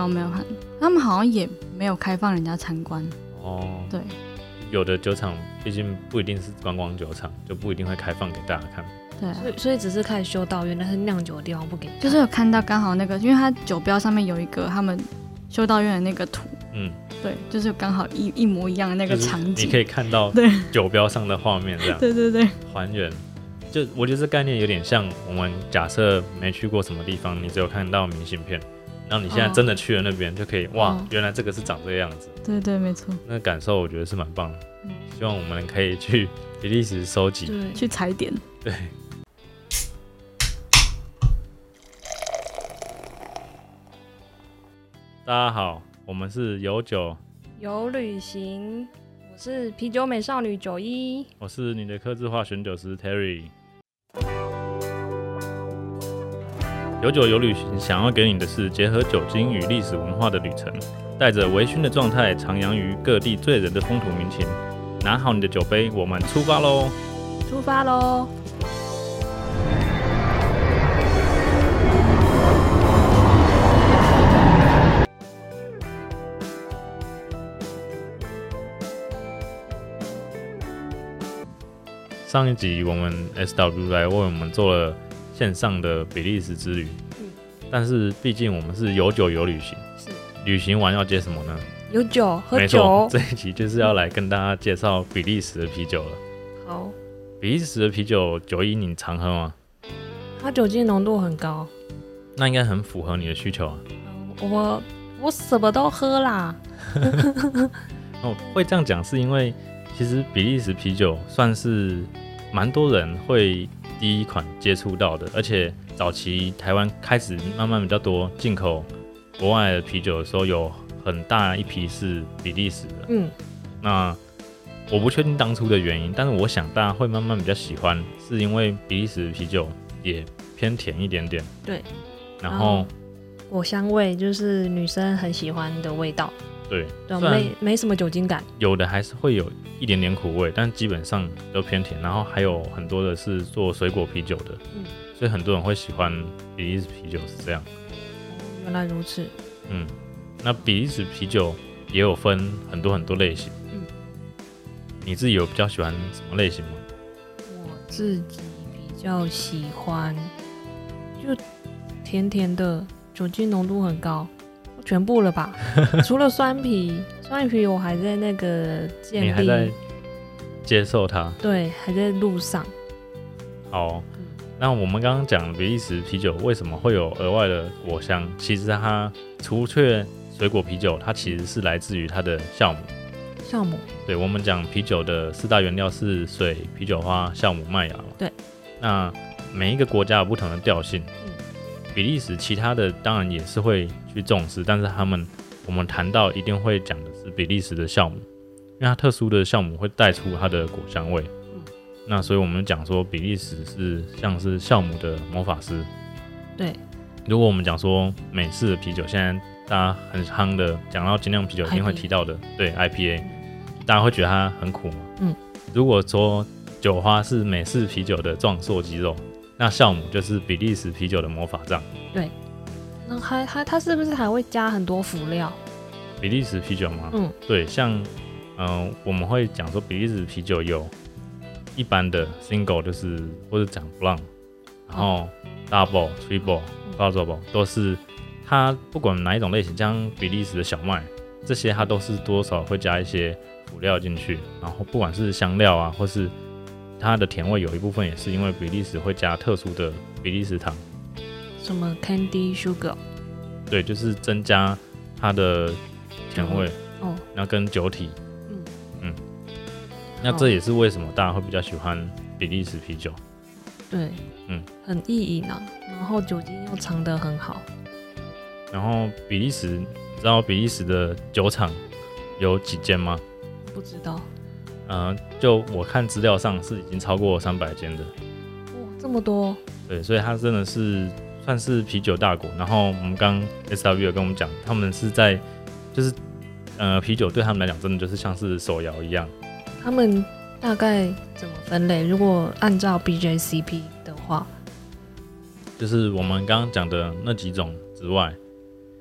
有，他们好像也没有开放人家参观。 哦， 对， 有的酒厂毕竟不一定是观光酒厂，就不一定会开放给大家看。 对啊， 所以只是开始修道院，但是酿酒的地方不给看。 就是有看到刚好那个，因为它酒标上面有一个他们修道院的那个图，对，就是刚好一模一样的那个场景， 你可以看到酒标上的画面这样， 对对对， 还原。就我觉得这概念有点像我们假设没去过什么地方，你只有看到明信片，然后你现在真的去了那边，就可以哇，原来这个是长这个样子。 对对，没错。 那个感受我觉得是蛮棒的，希望我们可以去比利时收集， 去踩点。 对。大家好，我们是有酒有旅行，我是啤酒美少女91， 我是你的客制化选酒师 Terry。有酒有旅行，想要给你的是结合酒精与历史文化的旅程，带着微醺的状态，徜徉于各地醉人的风土民情。拿好你的酒杯，我们出发喽！ 出发喽！ 上一集我们 SW 来为我们做了线上的比利时之旅，但是毕竟我们是有酒有旅行，旅行完要接什么呢？ 有酒喝酒。 没错，这一集就是要来跟大家介绍比利时的啤酒了。 好， 比利时的啤酒91你常喝吗？ 它酒精浓度很高， 那应该很符合你的需求啊。 我什么都喝啦。 会这样讲是因为其实比利时啤酒算是蛮多人会第一款接触到的，而且早期台湾开始慢慢比较多进口国外的啤酒的时候，有很大一批是比利时的。那我不确定当初的原因，但是我想大家会慢慢比较喜欢，是因为比利时啤酒也偏甜一点点。 对， 然后果香味就是女生很喜欢的味道。 对， 没什么酒精感， 有的还是会有一点点苦味，但基本上都偏甜。然后还有很多的是做水果啤酒的，所以很多人会喜欢比利时啤酒是这样。 原来如此。 那比利时啤酒也有分很多很多类型。你自己有比较喜欢什么类型吗？ 我自己比较喜欢就甜甜的，酒精浓度很高。全部了吧？除了酸啤我还在那个建立， 你还在接受它？ 对，还在路上。 好，那我们刚刚讲比利时啤酒为什么会有额外的果香？其实它除却水果啤酒，它其实是来自于它的酵母。 酵母？ 对，我们讲啤酒的4大原料是水、啤酒花、酵母、麦芽嘛。 对。 那每一个国家有不同的调性。比利时其他的当然也是会去重视，但是我们谈到一定会讲的是比利时的酵母，因为它特殊的酵母会带出它的果香味。那所以我们讲说比利时是像是酵母的魔法师。 对。 如果我们讲说美式的啤酒，现在大家很夯的讲到精酿啤酒一定会提到的，对 IPA， 大家会觉得它很苦嘛。如果说酒花是美式啤酒的壮硕肌肉，那酵母就是比利时啤酒的魔法杖。 对，那它是不是还会加很多辅料？ 比利时啤酒吗？对，像我们会讲说比利时啤酒有一般的 single， 就是或者讲 blanc， 然后 double、triple、quadruple 都是它不管哪一种类型，像比利时的小麦这些，它都是多少会加一些辅料进去，然后不管是香料啊，或是它的甜味有一部分也是因为比利时会加特殊的比利时糖， 什么 candy sugar， 对，就是增加它的甜味，那跟酒体，那这也是为什么大家会比较喜欢比利时啤酒。 对，很易饮啊，然后酒精又藏得很好。 然后比利时，你知道比利时的酒厂有几间吗？ 不知道。 就我看资料上是已经超过300间的。 哇，这么多！ 对，所以它真的是算是啤酒大国。然后我们刚 SW 有跟我们讲，他们是在就是啤酒对他们来讲真的就是像是手摇一样。 他们大概怎么分类？如果按照 BJCP 的话， 就是我们刚刚讲的那几种之外，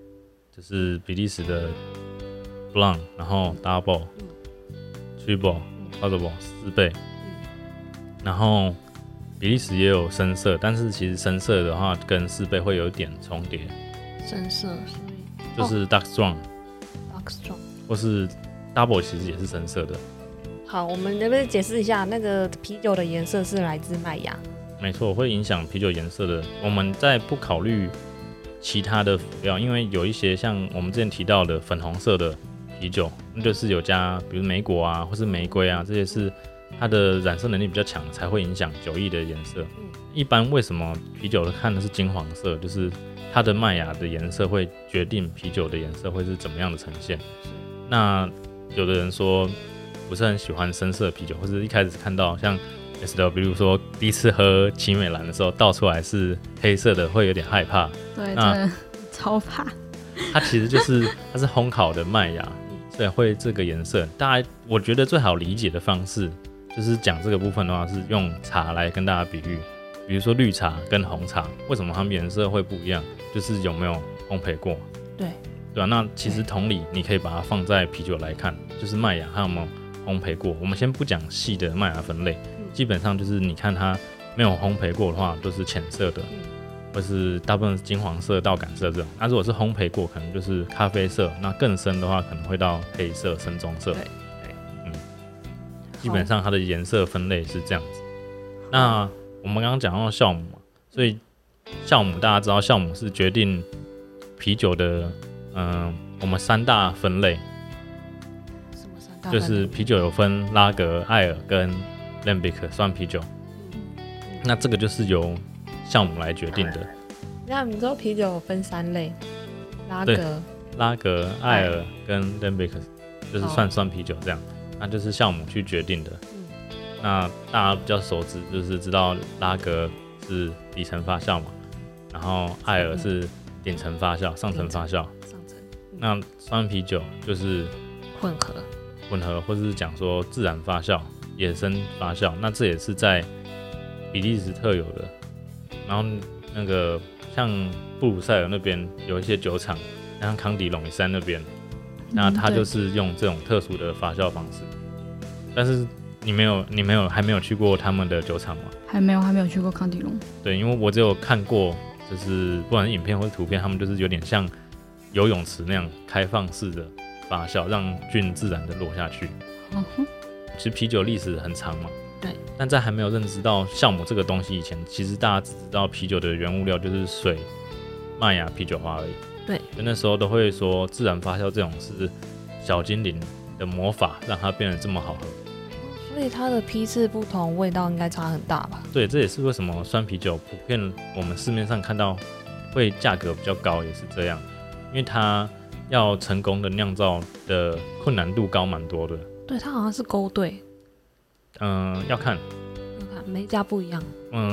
就是比利时的 Blanc， 然后 Double、Triple、Quadruple 4倍，然后比利时也有深色，但是其实深色的话跟4倍会有一点重叠。 深色， 就是 Dark Strong， 或是 Double 其实也是深色的。 好，我们能不能解释一下那个啤酒的颜色是来自麦芽？ 没错，会影响啤酒颜色的。我们在不考虑其他的辅料，因为有一些像我们之前提到的粉红色的啤酒，那就是有加比如莓果啊，或是玫瑰啊，这些是它的染色能力比较强，才会影响酒液的颜色。一般为什么啤酒看的是金黄色，就是它的麦芽的颜色会决定啤酒的颜色会是怎么样的呈现。那有的人说不是很喜欢深色啤酒，或是一开始看到像 SW， 比如说第一次喝奇美蓝的时候倒出来是黑色的，会有点害怕。 对，真的超怕。 它其实就是它是烘烤的麦芽，所以会这个颜色。大家我觉得最好理解的方式就是讲这个部分的话，是用茶来跟大家比喻。比如说绿茶跟红茶，为什么它们颜色会不一样？就是有没有烘焙过。对啊，那其实同理，你可以把它放在啤酒来看，就是麦芽它有没有烘焙过。我们先不讲细的麦芽分类，基本上就是你看它没有烘焙过的话，都是浅色的，或是大部分是金黄色到感色这种。那如果是烘焙过，可能就是咖啡色，那更深的话可能会到黑色、深棕色。基本上它的颜色分类是这样子。那我们刚刚讲到酵母嘛，所以酵母大家知道，酵母是决定啤酒的，我们3大分类。 什么3大分类？ 就是啤酒有分拉格、艾尔跟 Lambic 酸啤酒。那这个就是由酵母来决定的。 那你说啤酒有分3类， 拉格、艾尔跟 Lambic 就是算酸啤酒这样，那就是酵母去决定的。那大家比较熟知，就是知道拉格是底层发酵嘛，然后艾尔是顶层发酵、上层发酵。那酸啤酒就是混合， 或者是讲说自然发酵、野生发酵。那这也是在比利时特有的。然后那个像布鲁塞尔那边有一些酒厂，像康迪龙山那边，那它就是用这种特殊的发酵方式。但是你还没有去过他们的酒厂吗？ 还没有去过康迪龙。 对，因为我只有看过，就是不管是影片或是图片，他们就是有点像游泳池那样开放式的发酵，让菌自然的落下去。其实啤酒历史很长嘛， 对。 但在还没有认知到酵母这个东西以前，其实大家只知道啤酒的原物料就是水、麦芽、啤酒花而已。 对。 那时候都会说自然发酵这种是小精灵的魔法，让它变得这么好喝。 所以它的批次不同，味道应该差很大吧？ 对，这也是为什么酸啤酒普遍我们市面上看到会价格比较高，也是这样，因为它要成功的酿造的困难度高蛮多的。 对，它好像是勾兑。 要看每一家不一样。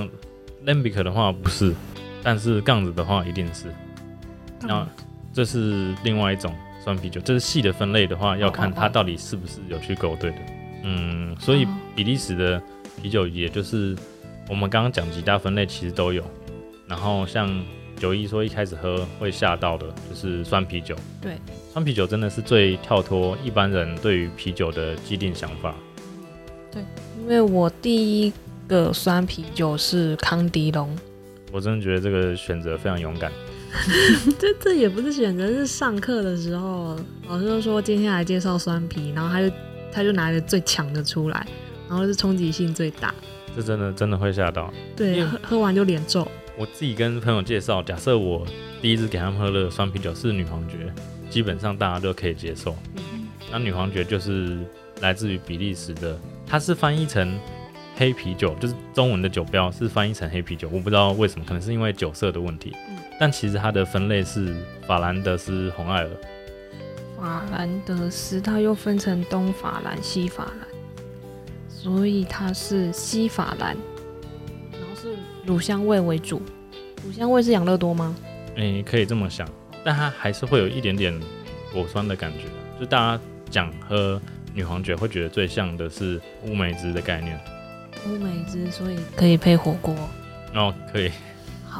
Lambic 的话不是，但是杠子的话一定是。那这是另外一种酸啤酒，这是细的分类的话，要看它到底是不是有去勾兑的。所以比利时的啤酒，也就是我们刚刚讲几大分类其实都有。然后像91说一开始喝会吓到的就是酸啤酒。 对， 酸啤酒真的是最跳脱一般人对于啤酒的既定想法。 对，因为我第一个酸啤酒是康迪龙， 我真的觉得这个选择非常勇敢。 这也不是选择，是上课的时候老师就说今天来介绍酸啤，然后他就拿着最强的出来，然后是冲击性最大。 这真的会吓到。 对，喝完就脸皱。 我自己跟朋友介绍，假设我第一次给他们喝的酸啤酒是女皇爵，基本上大家都可以接受。那女皇爵就是来自于比利时的，它是翻译成黑啤酒，就是中文的酒标是翻译成黑啤酒，我不知道为什么，可能是因为酒色的问题。但其实它的分类是法兰德斯红艾尔。 法兰德斯它又分成东法兰、西法兰，所以它是西法兰，然后是乳香味为主。乳香味是养乐多吗？ 可以这么想，但它还是会有一点点果酸的感觉。就大家讲喝女皇爵会觉得最像的是乌梅汁的概念。 乌梅汁，所以可以配火锅。 可以。 好，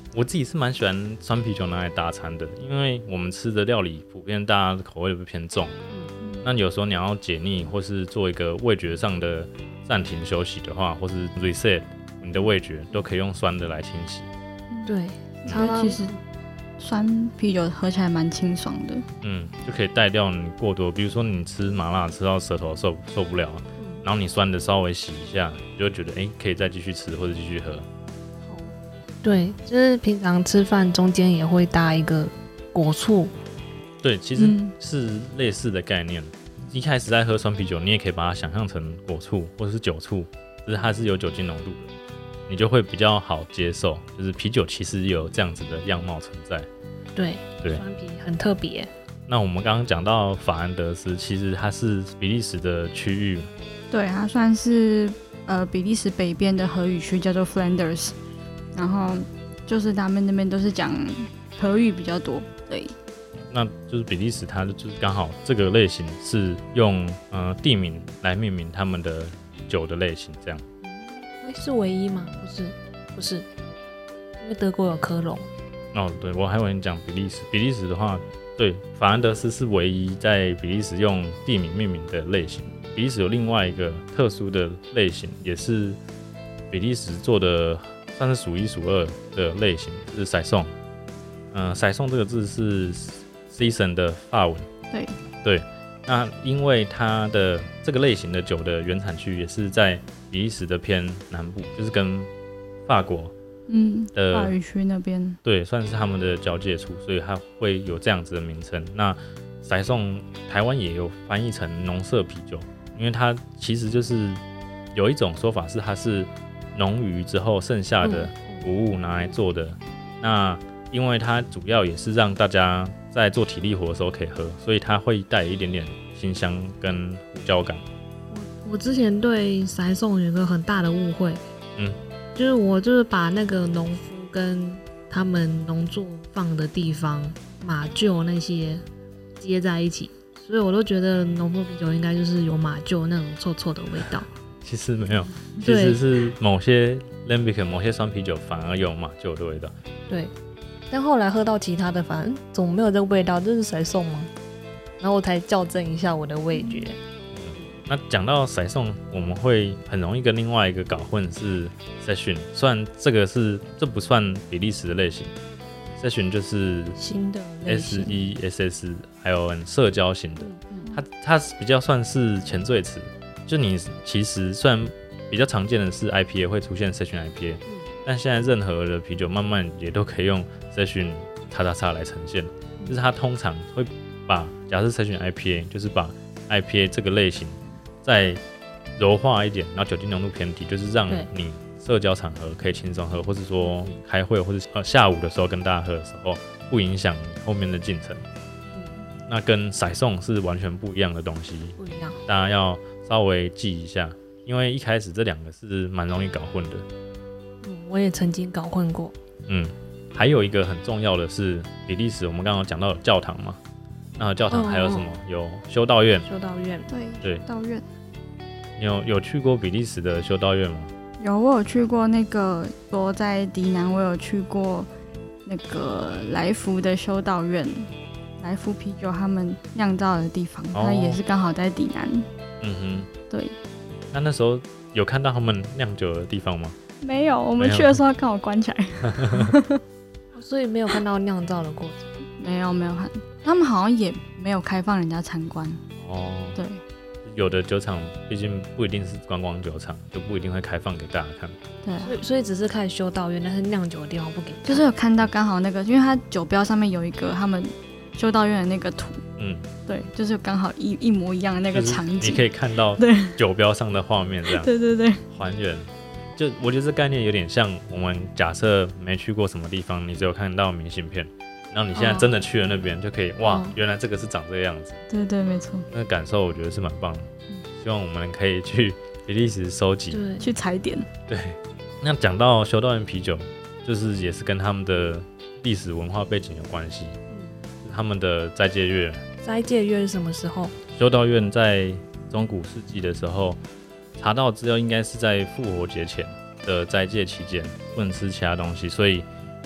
我自己是蛮喜欢酸啤酒拿来搭餐的，因为我们吃的料理普遍大家的口味都偏重，那有时候你要解腻或是做一个味觉上的暂停休息的话，或是 reset 你的味觉，都可以用酸的来清洗。 对， 其实酸啤酒喝起来蛮清爽的， 就可以带掉你过多，比如说你吃麻辣吃到舌头受不了，然后你酸的稍微洗一下，你就会觉得可以再继续吃或者继续喝。 对，就是平常吃饭中间也会搭一个果醋。 对，其实是类似的概念。一开始在喝酸啤酒，你也可以把它想象成果醋或者是酒醋，就是它是有酒精浓度的，你就会比较好接受。就是啤酒其实有这样子的样貌存在。 对，酸啤很特别。 那我们刚刚讲到法兰德斯，其实它是比利时的区域。 对，它算是比利时北边的荷语区，叫做 Flanders。然后就是他们那边都是讲荷语比较多，对。 那就是比利时，它就是刚好这个类型是用地名来命名他们的酒的类型，这样。 是唯一吗？不是，因为德国有科隆。 哦，对，我还以为你讲比利时。比利时的话，对，法兰德斯是唯一在比利时用地名命名的类型。比利时有另外一个特殊的类型，也是比利时做的。算是数一数二的类型，是塞颂。塞颂这个字是 season 的法文。对。那因为它的这个类型的酒的原产区也是在比利时的偏南部，就是跟法国的法语区那边， 对，算是他们的交界处，所以它会有这样子的名称。那塞颂台湾也有翻译成浓色啤酒，因为它其实就是有一种说法是它是浓郁之后剩下的谷物拿来做的，那因为它主要也是让大家在做体力活的时候可以喝，所以它会带一点点辛香跟胡椒感。 我之前对塞颂有一个很大的误会，就是我就是把那个农夫跟他们农作放的地方马厩那些接在一起，所以我都觉得农夫啤酒应该就是有马厩那种臭臭的味道。 其实没有，其实是某些 lambic 某些酸啤酒反而有马厩的味道。 对，但后来喝到其他的，反正总没有这个味道，这是塞颂吗？然后我才校正一下我的味觉。 那讲到塞颂，我们会很容易跟另外一个搞混是 session， 虽然这不算比利时的类型 ，session 就是新的类型 SESSION 社交型的，它比较算是前缀词。就你其实虽然比较常见的是 IPA 会出现 Session IPA，但现在任何的啤酒慢慢也都可以用 Session XXX 来呈现，就是它通常会把假设 Session IPA 就是把 IPA 这个类型再柔化一点，然后酒精浓度偏低，就是让你社交场合可以轻松喝，或是说开会或是下午的时候跟大家喝的时候不影响后面的进程。那跟塞颂是完全不一样的东西， 不一样， 大家要稍微记一下，因为一开始这两个是蛮容易搞混的。 我也曾经搞混过。 还有一个很重要的是比利时，我们刚刚讲到有教堂嘛，那教堂还有什么？有修道院。 修道院， 对，修道院。 你有去过比利时的修道院吗？ 有，我有去过那个，我在迪南，我有去过那个来福的修道院，来福啤酒他们酿造的地方，它也是刚好在迪南。对。 那时候有看到他们酿酒的地方吗？ 没有，我们去的时候刚好关起来。 所以没有看到酿造的过程。 没有看，他们好像也没有开放人家参观。对。 有的酒厂毕竟不一定是观光酒厂，就不一定会开放给大家看。 对啊。 所以只是看修道院，但是酿酒的地方不给。 就是有看到刚好那个，因为它酒标上面有一个他们修道院的那个图。对，就是刚好一模一样的那个场景， 你可以看到酒标上的画面这样。 对， 还原。就我觉得这概念有点像我们假设没去过什么地方，你只有看到明信片，然后你现在真的去了那边，就可以哇，原来这个是长这个样子。 对，没错。 那个感受我觉得是蛮棒的。希望我们可以去比利时收集， 去踩点。对。 那讲到修道院啤酒，就是也是跟他们的历史文化背景有关系。他们的斋戒月。 斋戒月是什么时候？ 修道院在中古世纪的时候，查到资料应该是在复活节前的斋戒期间，不能吃其他东西，所以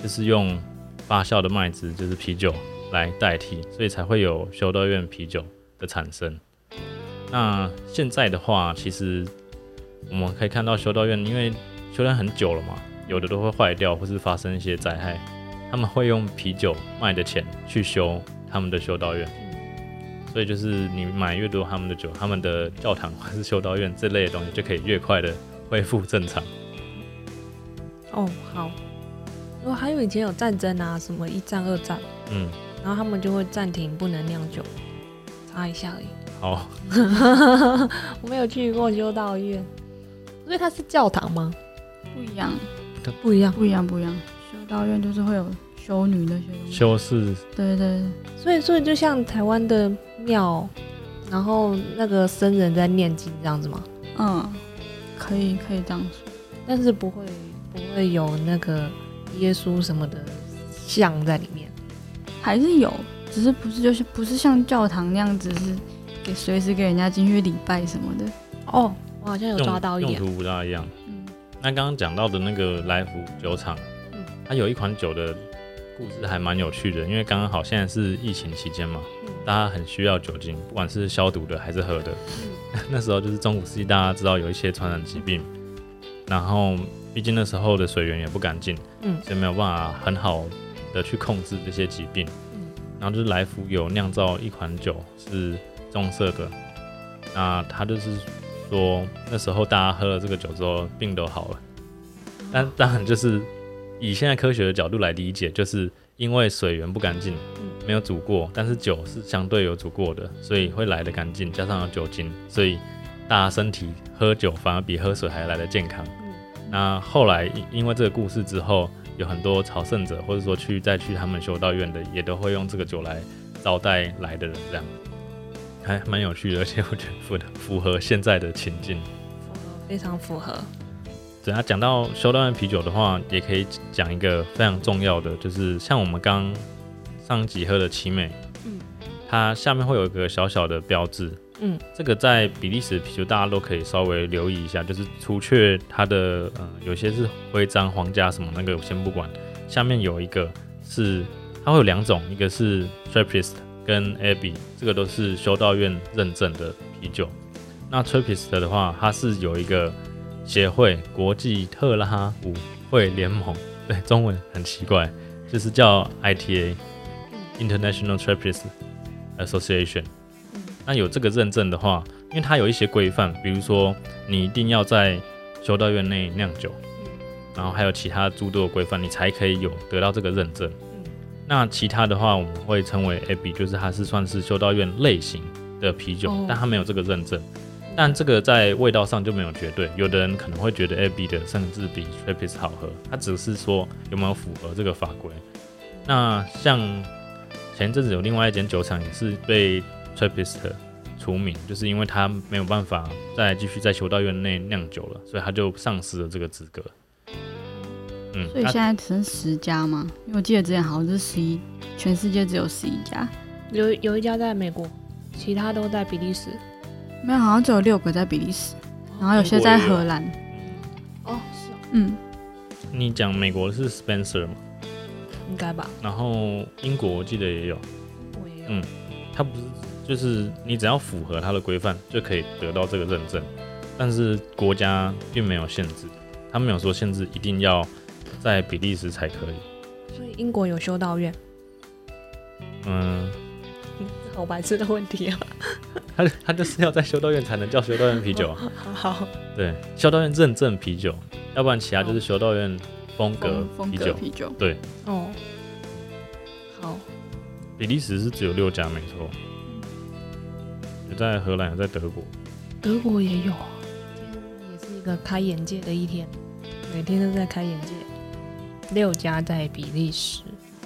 就是用发酵的麦汁，就是啤酒来代替，所以才会有修道院啤酒的产生。那现在的话，其实我们可以看到修道院，因为修道院很久了嘛，有的都会坏掉或是发生一些灾害，他们会用啤酒卖的钱去修他们的修道院。所以就是你买越多他们的酒，他们的教堂或是修道院这类的东西就可以越快的恢复正常。 哦，好。如果还有以前有战争啊，什么1战、2战，然后他们就会暂停不能酿酒，查一下而已。 好， 我没有去过修道院，所以它是教堂吗？ 不一样， 不一样， 不一样，不一样。修道院就是会有修女那些东西， 修士， 对对对，所以就像台湾的庙，然后那个僧人在念经这样子吗？ 可以这样说， 但是不会有那个耶稣什么的像在里面， 还是有，只是不是像教堂那样子是随时给人家进去礼拜什么的。 哦，我好像有抓到一点， 用途不大一样。那刚刚讲到的那个来福酒厂，它有一款酒的故事还蛮有趣的，因为刚刚好现在是疫情期间嘛，大家很需要酒精，不管是消毒的还是喝的。那时候就是中古世纪，大家知道有一些传染疾病，然后毕竟那时候的水源也不干净，所以没有办法很好的去控制这些疾病。然后就是来福有酿造一款酒是棕色的，那他就是说那时候大家喝了这个酒之后病都好了，但当然就是以现在科学的角度来理解，就是因为水源不干净，没有煮过，但是酒是相对有煮过的，所以会来得干净，加上有酒精，所以大家身体喝酒反而比喝水还来得健康。那后来因为这个故事之后，有很多朝圣者或者说再去他们修道院的，也都会用这个酒来招待来的人，这样还蛮有趣的，而且我觉得符合现在的情境， 非常符合。 等下讲到修道院啤酒的话，也可以讲一个非常重要的，就是像我们刚上集喝的奇美，它下面会有一个小小的标志，这个在比利时啤酒大家都可以稍微留意一下，就是除却它的有些是徽章、皇家什么那个先不管，下面有一个是它会有2种，一个是 Trappist 跟 Abbey， 这个都是修道院认证的啤酒。那 Trappist 的话，它是有一个协会国际特拉舞会联盟，对，中文很奇怪，就是叫 ITA International Trappist Association。那有这个认证的话，因为它有一些规范，比如说你一定要在修道院内酿酒，然后还有其他诸多的规范，你才可以得到这个认证。那其他的话，我们会称为 Abbey， 就是它是算是修道院类型的啤酒，但它没有这个认证。但这个在味道上就没有绝对，有的人可能会觉得 Abbey 的甚至比 Trappist 好喝，它只是说有没有符合这个法规。那像前一阵子有另外一间酒厂也是被 Trappist 除名，就是因为他没有办法再继续在修道院内酿酒了，所以他就丧失了这个资格。 所以现在只剩10家吗？因为我记得之前好像是11，全世界只有11家， 有一家在美国，其他都在比利时。 没有，好像只有6个在比利时，然后有些在荷兰。 哦，是哦。 你讲美国是 Spencer 吗？ 应该吧。 然后英国我记得也有。 我也有。 它不是，就是你只要符合它的规范就可以得到这个认证，但是国家并没有限制，他没有说限制一定要在比利时才可以。 所以英国有修道院。好白痴的问题啊！ 他就是要在修道院才能叫修道院啤酒。 好， 对，修道院认证啤酒，要不然其他就是修道院风格啤酒。对， 哦，好。 比利时是只有6家，没错。有在荷兰，有在德国。 德国也有，今天也是一个开眼界的一天，每天都在开眼界。6家在比利时。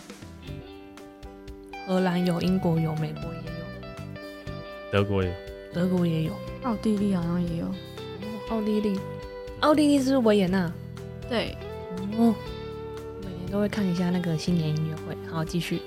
荷兰有，英国有，美国也有， 德国也有， 奥地利好像也有。 奥地利是不是维也纳？ 对。 哦，每年都会看一下那个新年音乐会。好，继续。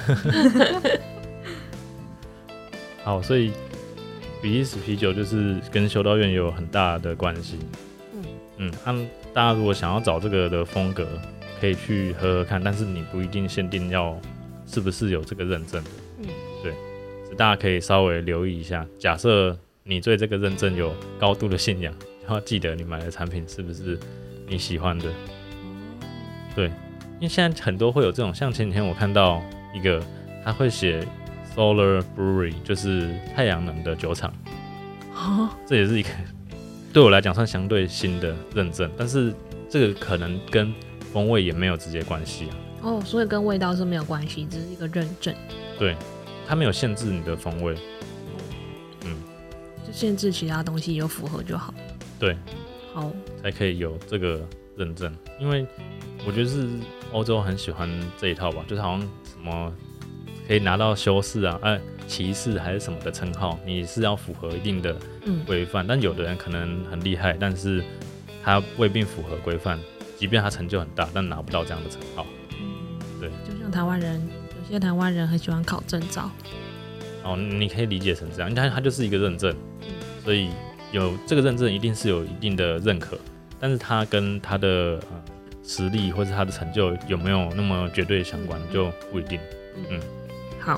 好，所以比利时啤酒就是跟修道院有很大的关系。大家如果想要找这个的风格，可可以去喝喝看，但是你不一定限定要是不是有这个认证的。对，大家可以稍微留意一下。假设你对这个认证有高度的信仰，要记得你买的产品是不是你喜欢的。对，因为现在很多会有这种，像前几天我看到一个，他会写 Solar Brewery， 就是太阳能的酒厂。这也是一个对我来讲算相对新的认证，但是这个可能跟风味也没有直接关系啊。 所以跟味道是没有关系，只是一个认证。 对，它没有限制你的风味。 就限制其他东西有符合就好。 对， 好， 才可以有这个认证。因为我觉得是欧洲很喜欢这一套吧，就是好像什么可以拿到修士啊、骑士还是什么的称号，你是要符合一定的规范。但有的人可能很厉害，但是他未必符合规范，即便他成就很大，但拿不到这样的称号。对， 就像台湾人，有些台湾人很喜欢考证照。 你可以理解成这样，因为它就是一个认证，所以有这个认证一定是有一定的认可，但是它跟他的实力或是他的成就有没有那么绝对相关，就不一定。 好，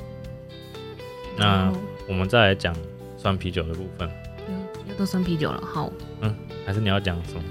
那我们再来讲酸啤酒的部分。 要到酸啤酒了，好。 还是你要讲什么？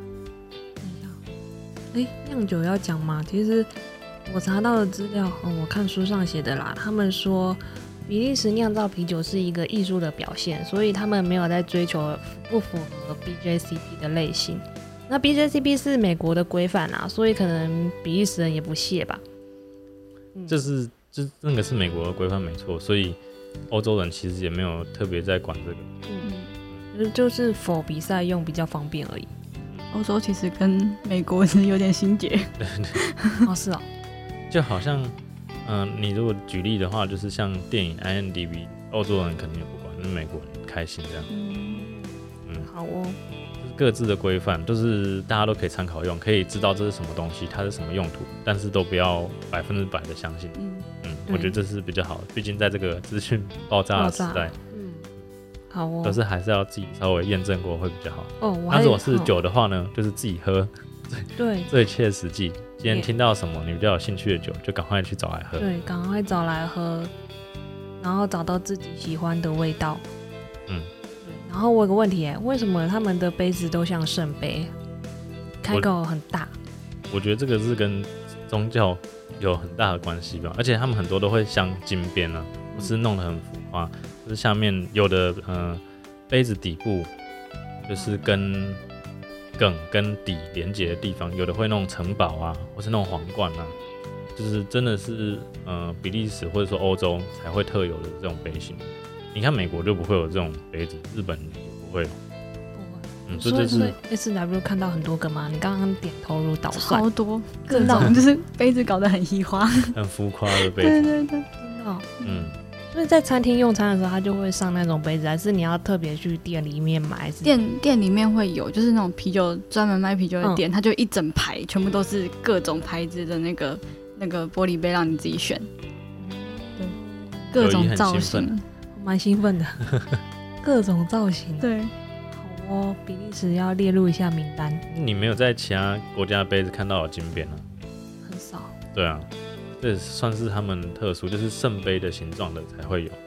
酿酒要讲吗？其实我查到的资料，我看书上写的啦，他们说比利时酿造啤酒是一个艺术的表现，所以他们没有在追求不符合 BJCP 的类型。那 BJCP 是美国的规范啊，所以可能比利时人也不屑吧。 就是那个是美国的规范没错，所以欧洲人其实也没有特别在管这个。 就是否比赛用比较方便而已。 欧洲其实跟美国是有点心结。 是哦。 就好像，你如果举例的话，就是像电影 IMDB， 欧洲人肯定也不管，那美国人开心这样。 好哦。 就是各自的规范，就是大家都可以参考用，可以知道这是什么东西，它是什么用途，但是都不要100%的相信。我觉得这是比较好的，毕竟在这个资讯爆炸的时代。 好哦。 可是还是要自己稍微验证过会比较好。 那如果是酒的话呢，就是自己喝，最切实际。今天听到什么你比较有兴趣的酒，就赶快去找来喝。 对，赶快找来喝，然后找到自己喜欢的味道。然后我有个问题，为什么他们的杯子都像圣杯，开口很大？ 我觉得这个是跟宗教有很大的关系吧，而且他们很多都会镶金边啊，不是弄得很浮夸，就是下面有的杯子底部就是跟梗跟底连接的地方，有的会弄城堡啊，或是弄皇冠啊，就是真的是比利时或者说欧洲才会特有的这种杯型。你看美国就不会有这种杯子，日本也不会有。 所以 SW 看到很多个吗？你刚刚点头如捣蒜， 超多，各种就是杯子搞得很稀花， 很浮夸的杯子。 对，真的所以在餐厅用餐的时候，他就会上那种杯子，还是你要特别去店里面买？ 店里面会有，就是那种啤酒专门卖啤酒的店，它就一整排全部都是各种牌子的那个玻璃杯让你自己选，对，各种造型， 蛮兴奋的，各种造型， 对。 比利时要列入一下名单。 你没有在其他国家的杯子看到有金边啊？ 很少。 对啊，这算是他们特殊，就是圣杯的形状的才会有。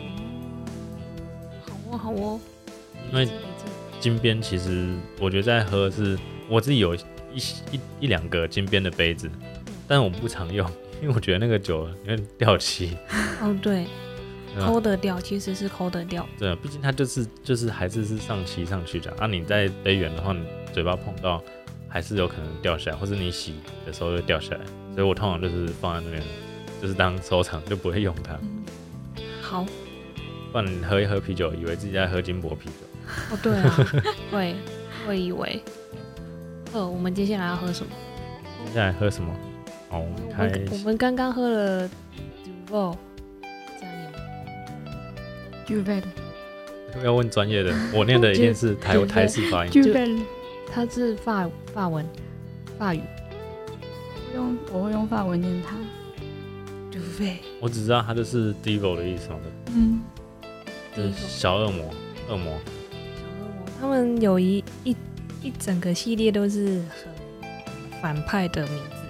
好哦。 因为金边其实我觉得在喝是，我自己有一两个金边的杯子，但我不常用，因为我觉得那个酒有点掉漆。 对。抠得掉，其实是抠得掉。 对，毕竟它就是还是上漆上去的啊。你在杯缘的话，你嘴巴碰到还是有可能掉下来，或是你洗的时候就掉下来。所以我通常就是放在那边，就是当收藏，就不会用它。 好， 不然你喝一喝啤酒，以为自己在喝金箔啤酒。 对啊，会以为。我们接下来要喝什么？ 接下来喝什么？ 我们刚刚喝了 Duvel。 要问专业的，我念的一定是台式发音。 它是法文，法语。 我会用法文念它。 我只知道它就是 devil 的意思嘛。就是小恶魔。小恶魔。他们有一整个系列都是很反派的名字。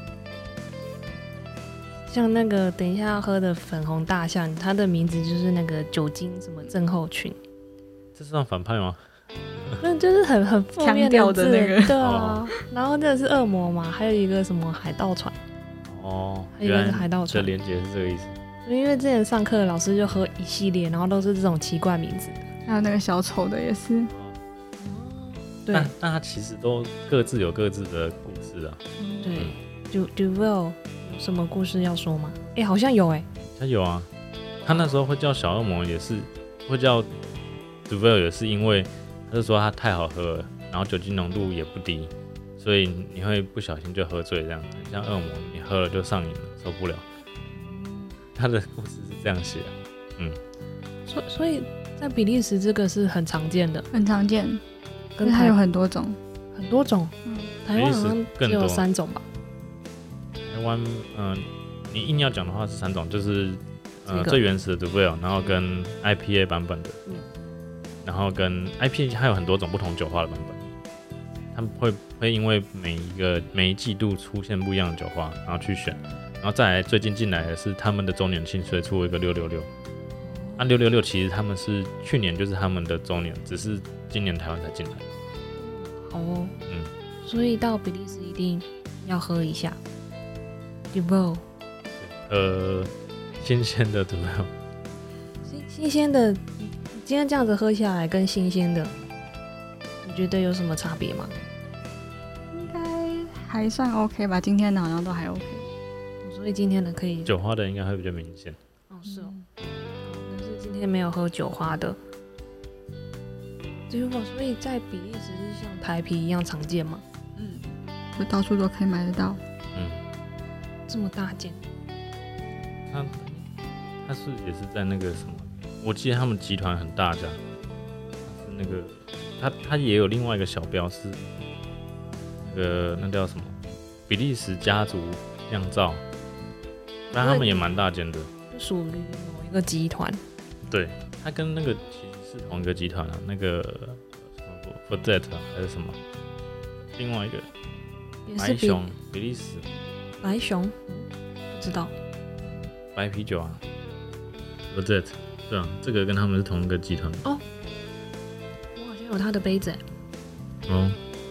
像那个等一下要喝的粉红大象，它的名字就是那个酒精什么症候群。 这算反派吗？ 那就是很负面强调字的那个对啊。然后这个是恶魔嘛，还有一个什么海盗船。 哦， 还有一个海盗船的连结是这个意思。 因为之前上课老师就喝一系列，然后都是这种奇怪名字的。 还有那个小丑的也是。 对， 但他其实都各自有各自的故事啊。 对，Duval 有什么故事要说吗？好像有他有啊，他那时候会叫小恶魔，也是会叫 Duval， 也是因为他就说他太好喝了，然后酒精浓度也不低，所以你会不小心就喝醉，这样很像恶魔，你喝了就上瘾了，受不了。他的故事是这样写的。 所以在比利时这个是很常见的， 很常见， 跟它有很多种， 很多种。台湾好像只有3种吧。 台湾，你硬要讲的话是3种，就是最原始的 Duvel， 然后跟 IPA 版本的，然后跟 IPA 还有很多种不同酒花的版本，他们会因为每一季度出现不一样的酒花，然后去选，然后再来最近进来的是他们的周年庆，所以出了一个666。666其实他们是去年就是他们的周年，只是今年台湾才进来。 好哦，所以到比利时一定要喝一下 Duvel。 新鲜的 Duvel， 新鲜的，你今天这样子喝下来跟新鲜的，你觉得有什么差别吗？ 应该还算 OK 吧，今天的好像都还 OK。 所以今天的可以酒花的应该会比较明显。 是哦。但是今天没有喝酒花的。所以在比利时是像台啤一样常见吗？ 就到处都可以买得到。 这么大件。 他是也是在那个什么，我记得他们集团很大家，是那个他也有另外一个小标是那叫什么比利时家族酿造，但他们也蛮大间的， 属于某一个集团。 对，他跟那个其实是同一个集团啊，那个什么 Fortet 还是什么，另外一个白熊比利时白熊，不知道。 白啤酒啊 Fortet， 对啊，这个跟他们是同一个集团。 哦，我好像有他的杯子哦，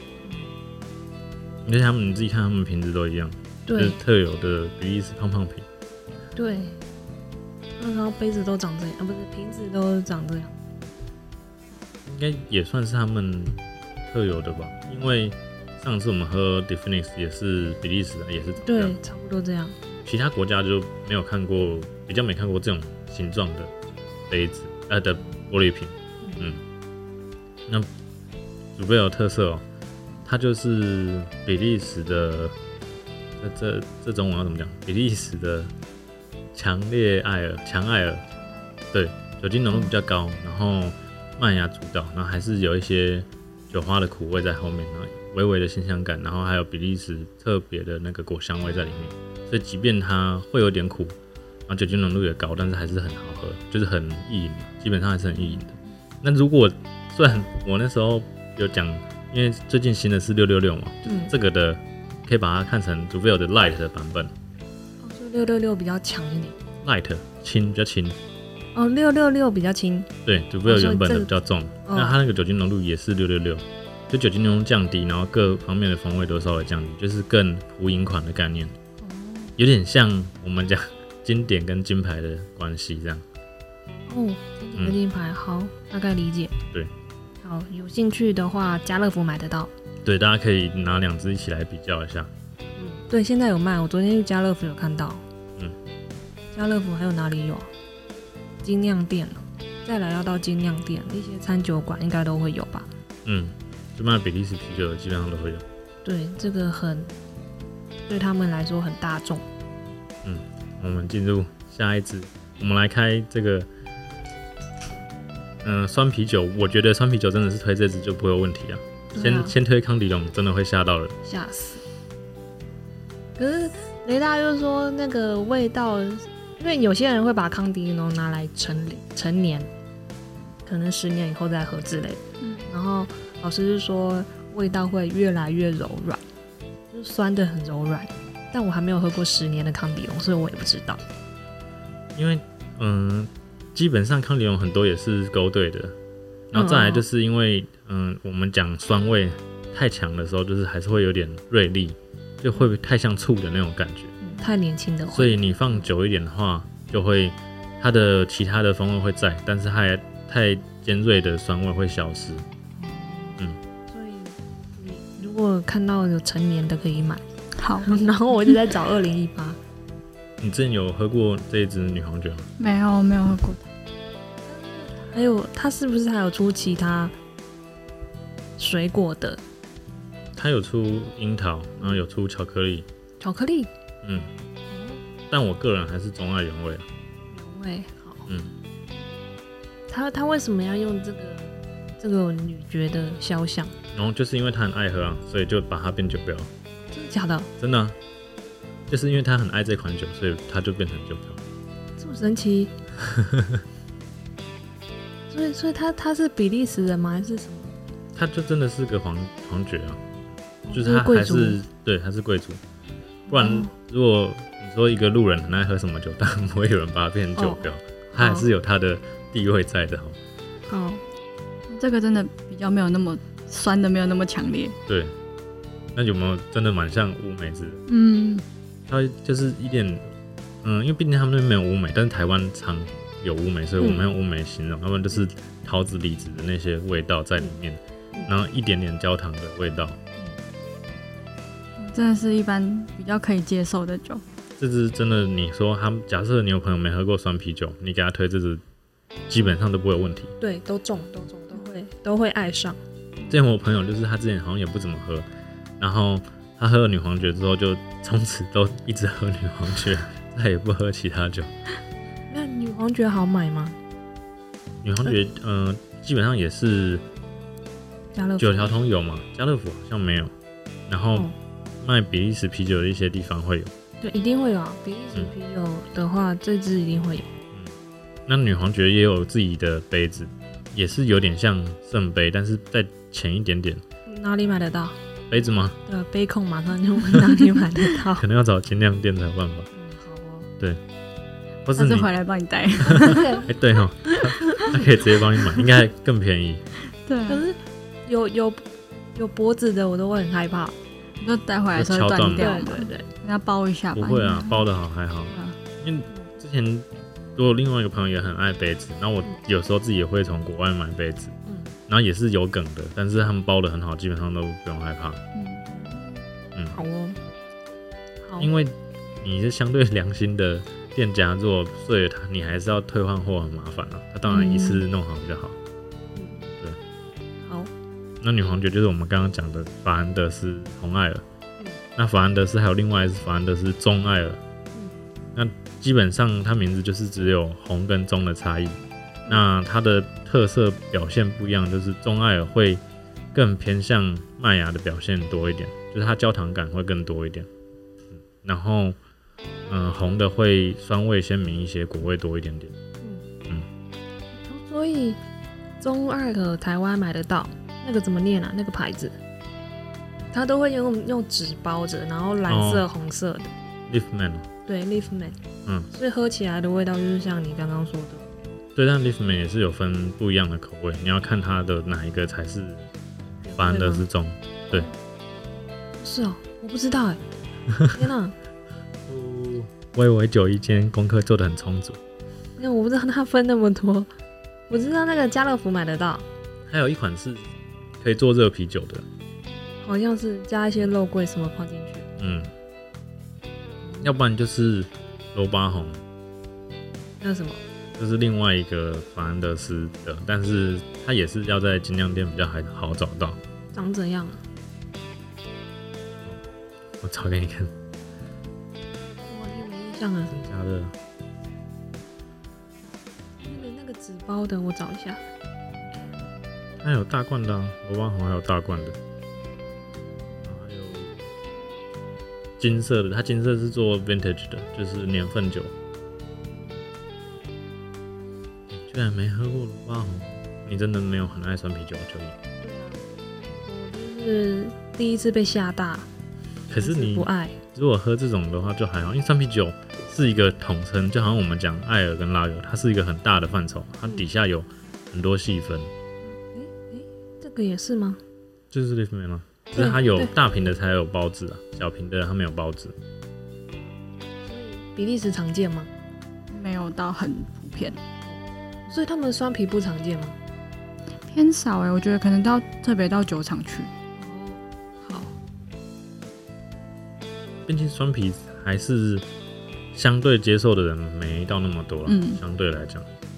而且你自己看他们瓶子都一样，就是特有的比利时胖胖瓶。 对，然后杯子都长这样，不是瓶子都长这样。 应该也算是他们特有的吧，因为上次我们喝 Definix 也是比利时的，也是这样， 对，差不多这样。 其他国家就没有看过，比较没看过这种形状的杯子，的玻璃瓶。那Duvel有特色哦，它就是比利时的，这中文要怎么讲？比利时的强艾尔，对，酒精浓度比较高，然后麦芽主导，然后还是有一些酒花的苦味在后面，然后微微的辛香感，然后还有比利时特别的那个果香味在里面，所以即便它会有点苦，然后酒精浓度也高，但是还是很好喝，就是很易饮，基本上还是很易饮的。那如果虽然我那时候有讲，因为最近新的是666嘛，就是这个的可以把它看成 Duvel 的 Light 的版本。 所以666比较强一点。 Light 轻，比较轻。 哦，666比较轻。 对 ，Duvel 原本的比较重，那它那个酒精浓度也是666，就酒精浓度降低，然后各方面的风味都稍微降低，就是更普饮款的概念，有点像我们讲经典跟金牌的关系这样。 哦，经典跟金牌，好，大概理解。 对， 好，有兴趣的话，家乐福买得到。 对，大家可以拿2支一起来比较一下。 对，现在有卖，我昨天去家乐福有看到。家乐福还有哪里有？精酿店了，再来要到精酿店，一些餐酒馆应该都会有吧？ 就卖比利时啤酒的基本上都会有。 对，这个对他们来说很大众。 我们进入下一支，我们来开这个酸啤酒。我觉得酸啤酒真的是推这支就不会有问题啊。先推康迪龙，真的会吓到人， 吓死。可是雷大就说那个味道，因为有些人会把康迪龙拿来陈年，可能10年以后再喝之类的。然后老师是说味道会越来越柔软， 就是酸的很柔软。但我还没有喝过10年的康迪龙，所以我也不知道。 因为基本上康迪龙很多也是勾兑的，然后再来就是因为我们讲酸味太强的时候，就是还是会有点锐利，就会太像醋的那种感觉。 太年轻的话， 所以你放久一点的话，就会它的其他的风味会在，但是它太尖锐的酸味会消失。 所以你如果看到有成年的可以买。 好， 然后我一直在找2018。 你之前有喝过这一支女皇酒吗？ 没有喝过它。 还有它是不是还有出其他水果的？ 它有出樱桃，然后有出巧克力。 巧克力？ 但我个人还是钟爱原味。 原味好。他为什么要用这个女爵的肖像？ 然后就是因为他很爱喝啊，所以就把它变酒标。 真的假的？ 真的啊，就是因为他很爱这款酒，所以他就变成酒标。 这么神奇？所以他是比利时人吗？还是什么？ 他就真的是个皇爵啊，就是他还是对，他是贵族。不然如果你说一个路人很爱喝什么酒，当然不会有人把它变成酒标，他还是有他的地位在的。 好， 这个真的比较没有那么酸的，没有那么强烈。 对，那有没有真的蛮像乌梅子？它就是一点，因为毕竟他们那边没有乌梅，但是台湾常有乌梅，所以我们用乌梅形容，要不然就是桃子、李子的那些味道在里面，然后一点点焦糖的味道， 真的是一般比较可以接受的酒。 这支真的，你说假设你有朋友没喝过酸啤酒，你给他推这支，基本上都不会有问题。 对，都中，都会爱上。 之前我朋友就是他之前好像也不怎么喝，然后他喝了女皇爵之后，就从此都一直喝女皇爵，再也不喝其他酒。 那女皇爵好买吗？ 女皇爵基本上也是家乐福 9条通有嘛，家乐福好像没有，然后卖比利时啤酒的一些地方会有。 对，一定会有啊。比利时啤酒的话，这支一定会有。 那女皇爵也有自己的杯子，也是有点像圣杯，但是再浅一点点。 哪里买得到？ 杯子吗？ 对，杯控马上就问哪里买得到。 可能要找精酿店才有办法。 好哦。 对，或是你回来帮你带。 对哈，他可以直接帮你买，应该更便宜。 对， 可是有脖子的，我都会很害怕。 你就带回来的时候断掉。 对， 要包一下吧。 不会啊，包的好还好。因为之前我有另外一个朋友也很爱杯子，然后我有时候自己也会从国外买杯子，然后也是有梗的，但是他们包的很好，基本上都不用害怕。 好哦。好， 因为你是相对良心的店家，如果碎了它，你还是要退换货，很麻烦啊。他当然一次弄好比较好。对。 好。 那女皇爵就是我们刚刚讲的法兰德斯红艾尔，那法兰德斯还有另外一支法兰德斯棕艾尔。那基本上它名字就是只有红跟棕的差异。那它的特色表现不一样，就是棕艾尔会更偏向麦芽的表现多一点，就是它焦糖感会更多一点。然后红的会酸味鲜明一些，果味多一点点。 所以棕艾尔台湾买得到，那个怎么念啊？那个牌子，它都会用纸包着，然后蓝色、红色的。 Leafman。 对 ，Leafman。所以喝起来的味道就是像你刚刚说的。 对，但 Leafman 也是有分不一样的口味，你要看它的哪一个才是法兰德斯棕。对。 是哦，我不知道哎。天哪！ 我以为91间功课做得很充足。 因为我不知道它分那么多，我知道那个家乐福买得到。 还有一款是可以做热啤酒的， 好像是加一些肉桂什么放进去。 要不然就是罗巴红。 那什么？ 就是另外一个法兰德斯的，但是它也是要在精酿店比较好找到。 长怎样啊？ 我找给你看。 我也没印象了。 真假的？ 那个纸包的，我找一下。 它有大罐的啊，罗巴红还有大罐的，还有金色的。它金色是做 vintage 的，就是年份酒。居然没喝过罗巴红，你真的没有很爱酸啤酒，秋怡。 我就是第一次被吓大。 可是你不爱， 如果喝这种的话就还好，因为酸啤酒是一个统称，就好像我们讲艾尔跟拉格，它是一个很大的范畴，它底下有很多细分。 这个也是吗？ 就是 Liftman 吗？只是它有大瓶的才有包子啊，小瓶的它没有包子。 比利时常见吗？ 没有到很普遍， 所以他们酸啤不常见吗？ 偏少我觉得可能特别到酒厂去。 好， 毕竟酸啤还是相对接受的人没到那么多啦，相对来讲。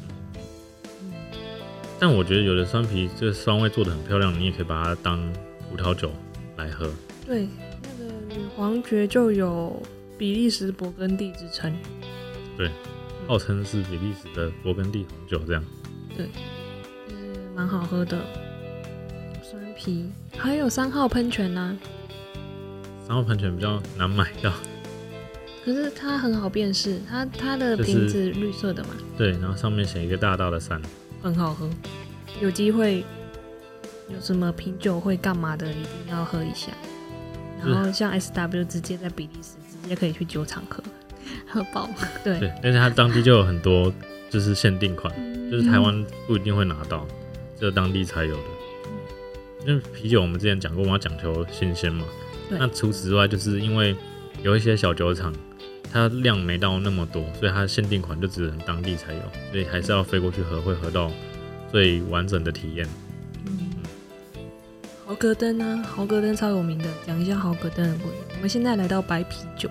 但我觉得有的酸啤这个酸味做得很漂亮，你也可以把它当葡萄酒来喝。 对，那个女皇爵就有比利时勃艮第之称。 对，号称是比利时的勃艮第红酒这样。 对，就是蛮好喝的酸啤，还有3号喷泉呢。 3号喷泉比较难买到， 可是它很好辨识，它的瓶子绿色的嘛。 对，然后上面写一个大大的3， 很好喝。有机会有什么品酒会干嘛的，一定要喝一下。然后像 SW 直接在比利时直接可以去酒厂喝爆。对， 而且它当地就有很多就是限定款，就是台湾不一定会拿到，只有当地才有的。因为啤酒我们之前讲过，我们要讲求新鲜嘛。那除此之外，就是因为有一些小酒厂，它量没到那么多，所以它限定款就只能当地才有，所以还是要飞过去喝，会喝到最完整的体验。 豪格登啊，豪格登超有名的，讲一下豪格登的故事。我们现在来到白啤酒，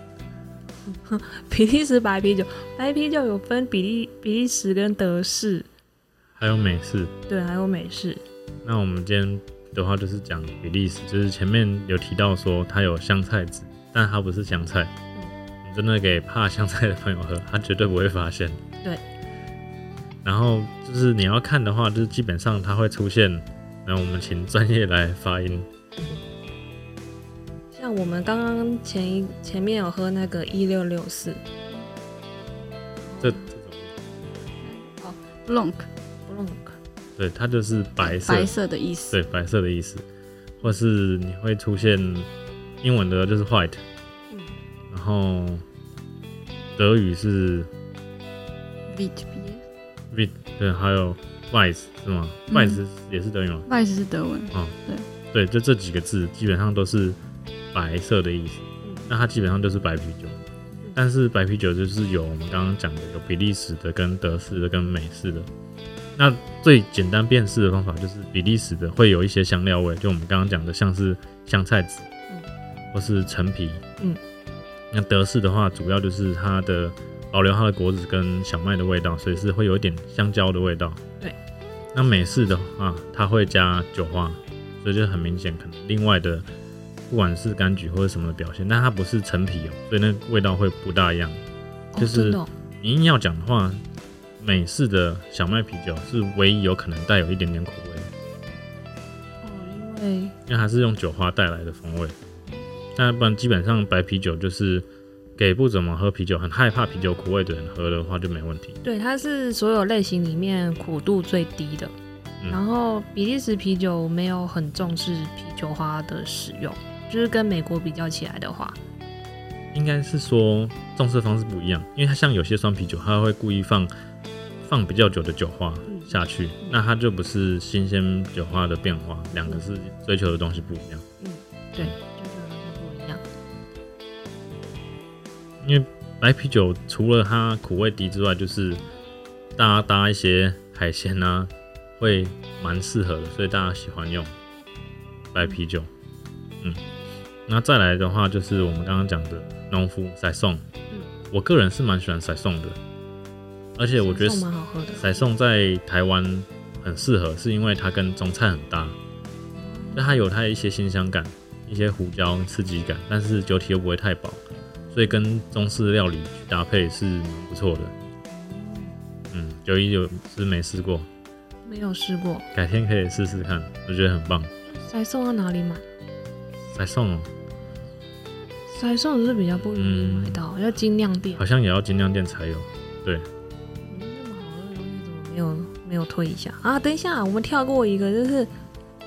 比利时白啤酒，白啤酒有分比利时跟德式， 还有美式， 对，还有美式。 那我们今天的话就是讲比利时，就是前面有提到说它有香菜籽，但它不是香菜。你真的给怕香菜的朋友喝，他绝对不会发现。 对。 然后就是你要看的话，就是基本上它会出现，然后我们请专业来发音。 像我们刚刚前面有喝那个1664， 这种 Blanc， 对，它就是白色的意思。 对，白色的意思，或是你会出现英文的就是 white，然后德语是 Wit， 对，还有 Weiss 是吗？Weiss 也是德语吗 ？Weiss 是德文。 对，就这几个字基本上都是白色的意思。那它基本上就是白啤酒，但是白啤酒就是有我们刚刚讲的，有比利时的、跟德式的、跟美式的。那最简单辨识的方法就是比利时的会有一些香料味，就我们刚刚讲的像是香菜籽，或是陈皮。那德式的话，主要就是它的保留它的果子跟小麦的味道，所以是会有一点香蕉的味道。 对。 那美式的话，它会加酒花，所以就很明显，可能另外的不管是柑橘或者什么的表现，但它不是陈皮所以那味道会不大一样。就是你硬要讲的话，美式的小麦啤酒是唯一有可能带有一点点苦味。因为它是用酒花带来的风味。那不然基本上白啤酒就是给不怎么喝啤酒、很害怕啤酒苦味的人喝的话就没问题。 对，它是所有类型里面苦度最低的。然后比利时啤酒没有很重视啤酒花的使用，就是跟美国比较起来的话， 应该是说重视方式不一样。因为它像有些酸啤酒，它会故意放比较久的酒花下去，那它就不是新鲜酒花的变化，两个是追求的东西不一样。 对，就是不一样。 因为白啤酒除了它苦味低之外，就是大家搭一些海鲜啊，会蛮适合的，所以大家喜欢用白啤酒。那再来的话就是我们刚刚讲的农夫塞颂，我个人是蛮喜欢塞颂的，而且我觉得塞颂在台湾很适合，是因为它跟中菜很搭，就它有它的一些辛香感、一些胡椒刺激感，但是酒体又不会太薄，所以跟中式料理去搭配是蛮不错的。91是没试过， 没有试过， 改天可以试试看，我觉得很棒。 塞颂要哪里买？ 塞颂塞颂是比较不容易买到，要精酿店， 好像也要精酿店才有。对， 那么好喝的东西怎么没有推一下啊？等一下，我们跳过一个，就是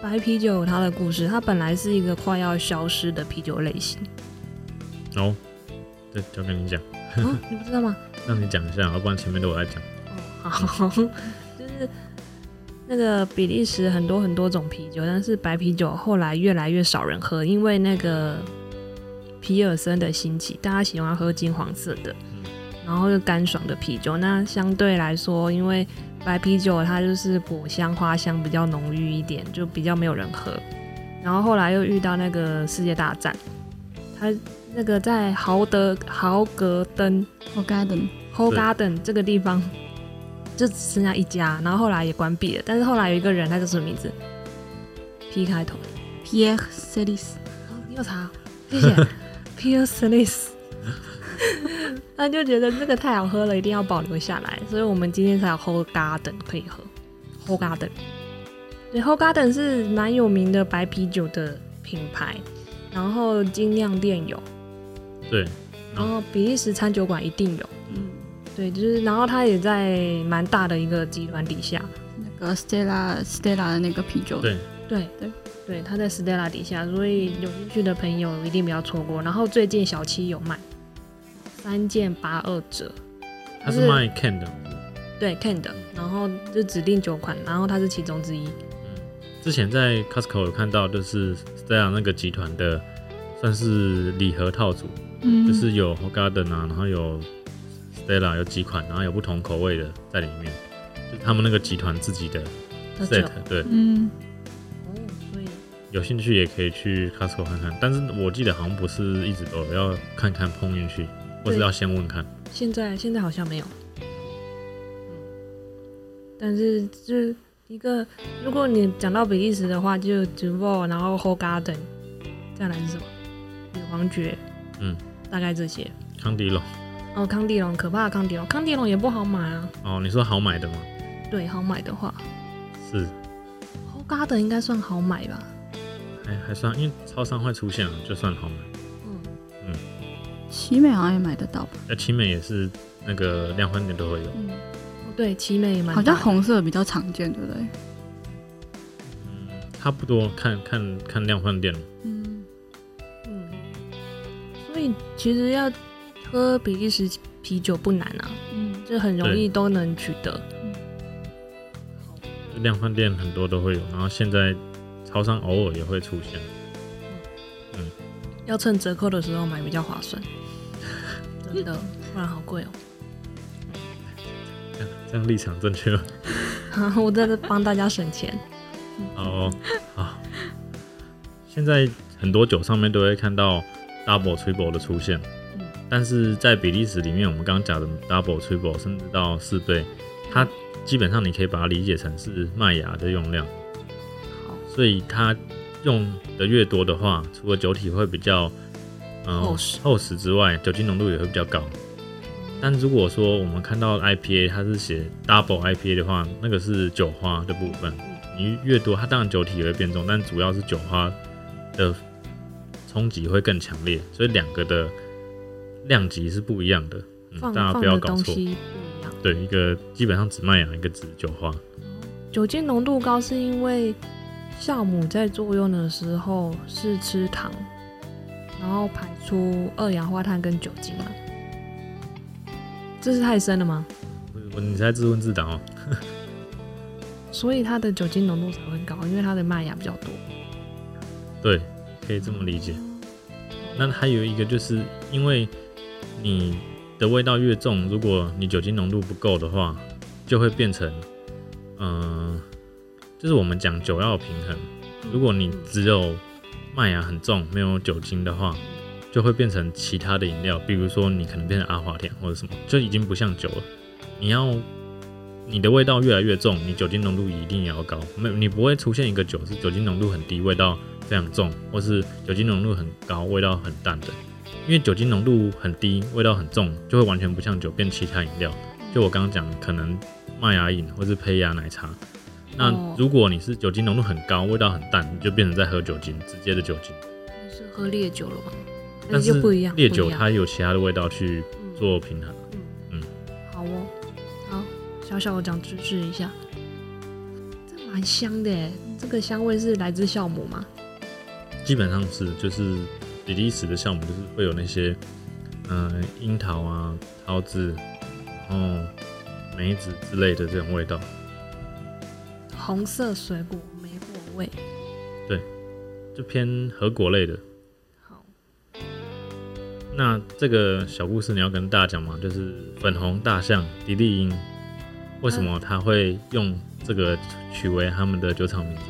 白啤酒有它的故事，它本来是一个快要消失的啤酒类型。 哦，这交给你讲。 哦，你不知道吗？ 让你讲一下，要不然前面都我在讲。 哦，好，就是那个比利时很多种啤酒，但是白啤酒后来越来越少人喝，因为那个皮尔森的兴起，大家喜欢喝金黄色的，然后又干爽的啤酒。那相对来说，因为白啤酒它就是果香、花香比较浓郁一点，就比较没有人喝。然后后来又遇到那个世界大战，它那个在豪格登 Hogarden 这个地方就只剩下一家，然后后来也关闭了。但是后来有一个人，他叫什么名字 ？P 开头 Pierre Celis。 哦，你有查？谢谢 Pierre Celis。他就觉得这个太好喝了，一定要保留下来，所以我们今天才有 Hogarden 可以喝。Hogarden， 对 ，Hogarden 是蛮有名的白啤酒的品牌，然后精酿店有。 对， 然后比利时餐酒馆一定有，对，就是然后它也在蛮大的一个集团底下， 那个 Stella 的那个啤酒， 对，它在 Stella 底下，所以有兴趣的朋友一定不要错过。然后最近小七有卖3件82折， 它是卖 can 的， 对 can 的，然后就指定9款，然后它是其中之一。 之前在 Costco 有看到，就是 Stella 那个集团的算是礼盒套组。就是有 Hogarden 啊，然后有 Stella 有几款，然后有不同口味的在里面，就是他们那个集团自己的 set， 对， 所以有兴趣也可以去 Costco 看看，但是我记得好像不是一直都有，要看看碰运气，或是要先问看。 现在好像没有，但是就是一个，如果你讲到比利时的话，就 Duvel， 然后 Hogarden， 再来是什么？女皇爵，大概这些。 康迪龙， 哦，康迪龙，可怕的康迪龙，康迪龙也不好买啊。 哦，你说好买的吗？ 对，好买的话是 ，Hogarden 应该算好买吧？ 还算，因为超商会出现了，就算好买。 奇美好像也买得到吧？ 奇美也是那个量贩店都会有。 对，奇美也蛮大的， 好像红色比较常见，对不对？ 差不多，看量贩店。 所以其实要喝比利时啤酒不难啊，就很容易都能取得。 量贩店很多都会有，然后现在超商偶尔也会出现。 要趁折扣的时候买比较划算，真的，不然好贵哦。 这样立场正确吗？ 我在这帮大家省钱。 好，现在很多酒上面都会看到 double、triple 的出现，但是在比利时里面，我们刚刚讲的 double、triple 甚至到4倍，它基本上你可以把它理解成是麦芽的用量。所以它用的越多的话，除了酒体会比较厚实之外，酒精浓度也会比较高。但如果说我们看到 IPA 它是写 double IPA 的话，那个是酒花的部分，你越多，它当然酒体也会变重，但主要是酒花的冲击会更强烈，所以两个的量级是不一样的，大家不要搞错。对，一个基本上指麦芽，一个指酒花。 酒精浓度高是因为酵母在作用的时候是吃糖，然后排出2氧化碳跟酒精嘛。这是太深了吗？ 你在自问自答哦。 所以它的酒精浓度才会高，因为它的麦芽比较多。 对，可以这么理解。那还有一个就是因为你的味道越重，如果你酒精浓度不够的话，就会变成就是我们讲酒要平衡。如果你只有麦芽很重，没有酒精的话，就会变成其他的饮料，比如说你可能变成阿华田或者什么，就已经不像酒了。你的味道越来越重，你酒精浓度一定也要高。你不会出现一个酒是酒精浓度很低，味道非常重，或是酒精浓度很高，味道很淡的。因为酒精浓度很低，味道很重，就会完全不像酒，变其他饮料。就我刚刚讲，可能麦芽饮或是胚芽奶茶。那如果你是酒精浓度很高，味道很淡，你就变成在喝酒精，直接的酒精。 是喝烈酒了吗？ 但是不一样， 烈酒它有其他的味道去做平衡。 好哦，好，小小的长知识一下。这蛮香的耶。这个香味是来自酵母吗？ 基本上是，就是比利时的酵母就是会有那些樱桃啊、桃子，然后梅子之类的这种味道。 红色水果莓果味， 对，就偏核果类的。 好， 那这个小故事你要跟大家讲嘛，就是粉红大象迪丽英，为什么他会用这个取为他们的酒厂名字？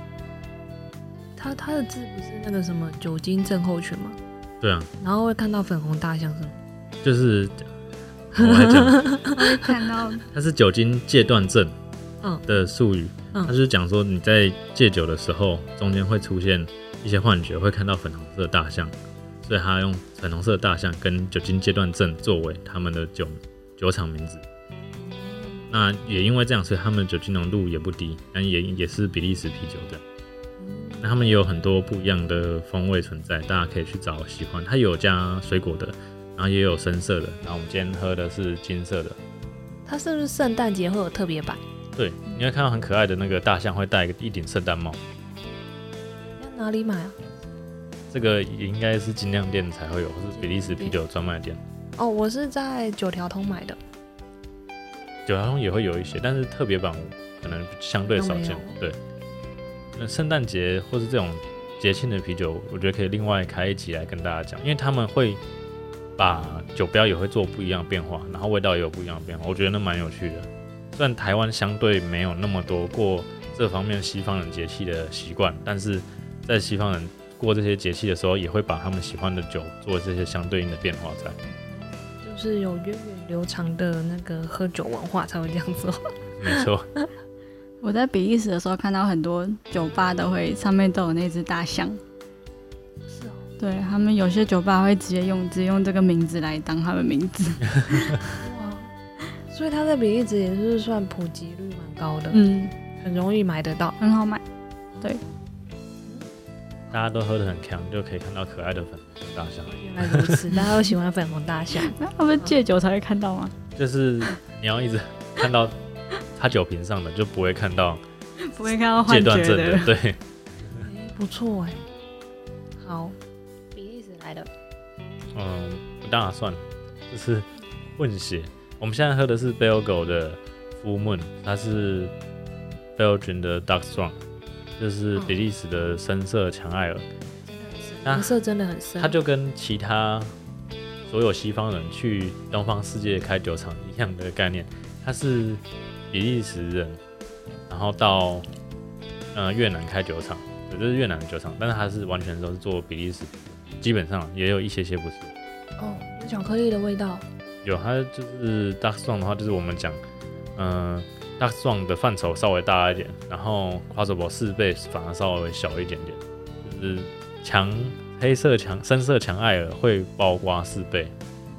它的字不是那个什么酒精症候群吗？ 对啊， 然后会看到粉红大象是吗？ 就是我来讲， 会看到它是酒精戒断症的术语，它就是讲说你在戒酒的时候，中间会出现一些幻觉，会看到粉红色的大象，所以他用粉红色的大象跟酒精戒断症作为他们的酒厂名字。那也因为这样，所以他们的酒精浓度也不低，但也是比利时啤酒这样。那他们也有很多不一样的风味存在，大家可以去找喜欢。它有加水果的，然后也有深色的。然后我们今天喝的是金色的。 它是不是圣诞节会有特别版？ 对，你会看到很可爱的那个大象会戴一顶圣诞帽。 要哪里买啊？ 这个也应该是精酿店才会有，或是比利时啤酒专卖店。 哦，我是在九条通买的。 九条通也会有一些，但是特别版可能相对少见。对。那圣诞节或是这种节庆的啤酒，我觉得可以另外开一集来跟大家讲，因为他们会把酒标也会做不一样的变化，然后味道也有不一样的变化，我觉得那蛮有趣的。虽然台湾相对没有那么多过这方面西方人节气的习惯，但是在西方人过这些节气的时候，也会把他们喜欢的酒做这些相对应的变化在。 就是有源远流长的那个喝酒文化才会这样做。 没错。 我在比利时的时候看到很多酒吧都会上面都有那只大象。 是哦。 对，他们有些酒吧会直接用这个名字来当他们名字。 哇，所以它在比利时也是算普及率蛮高的，很容易买得到， 很好买。对， 大家都喝得很强，就可以看到可爱的粉红大象。 原来如此，大家都喜欢粉红大象。 那他们戒酒才会看到吗？ 就是你要一直看到它酒瓶上的，就不会看到幻觉的。对， 不错哎。好，比利时来的。 不大算，就是混血。我们现在喝的是 Belgo 的 Full Moon， 它是 Belgian 的 Dark Strong， 就是比利时的深色强艾尔。 颜色真的很深。 它就跟其他所有西方人去东方世界开酒厂一样的概念，它是比利时人，然后到越南开酒厂，这是越南的酒厂，但是它是完全都是做比利时，基本上也有一些不是。 哦，有巧克力的味道。 有，它就是 Dark Strong 的话，就是我们讲Dark Strong 的范畴稍微大一点，然后 Quadruple 4倍反而稍微小一点点，就是黑色深色强艾尔会包括4倍。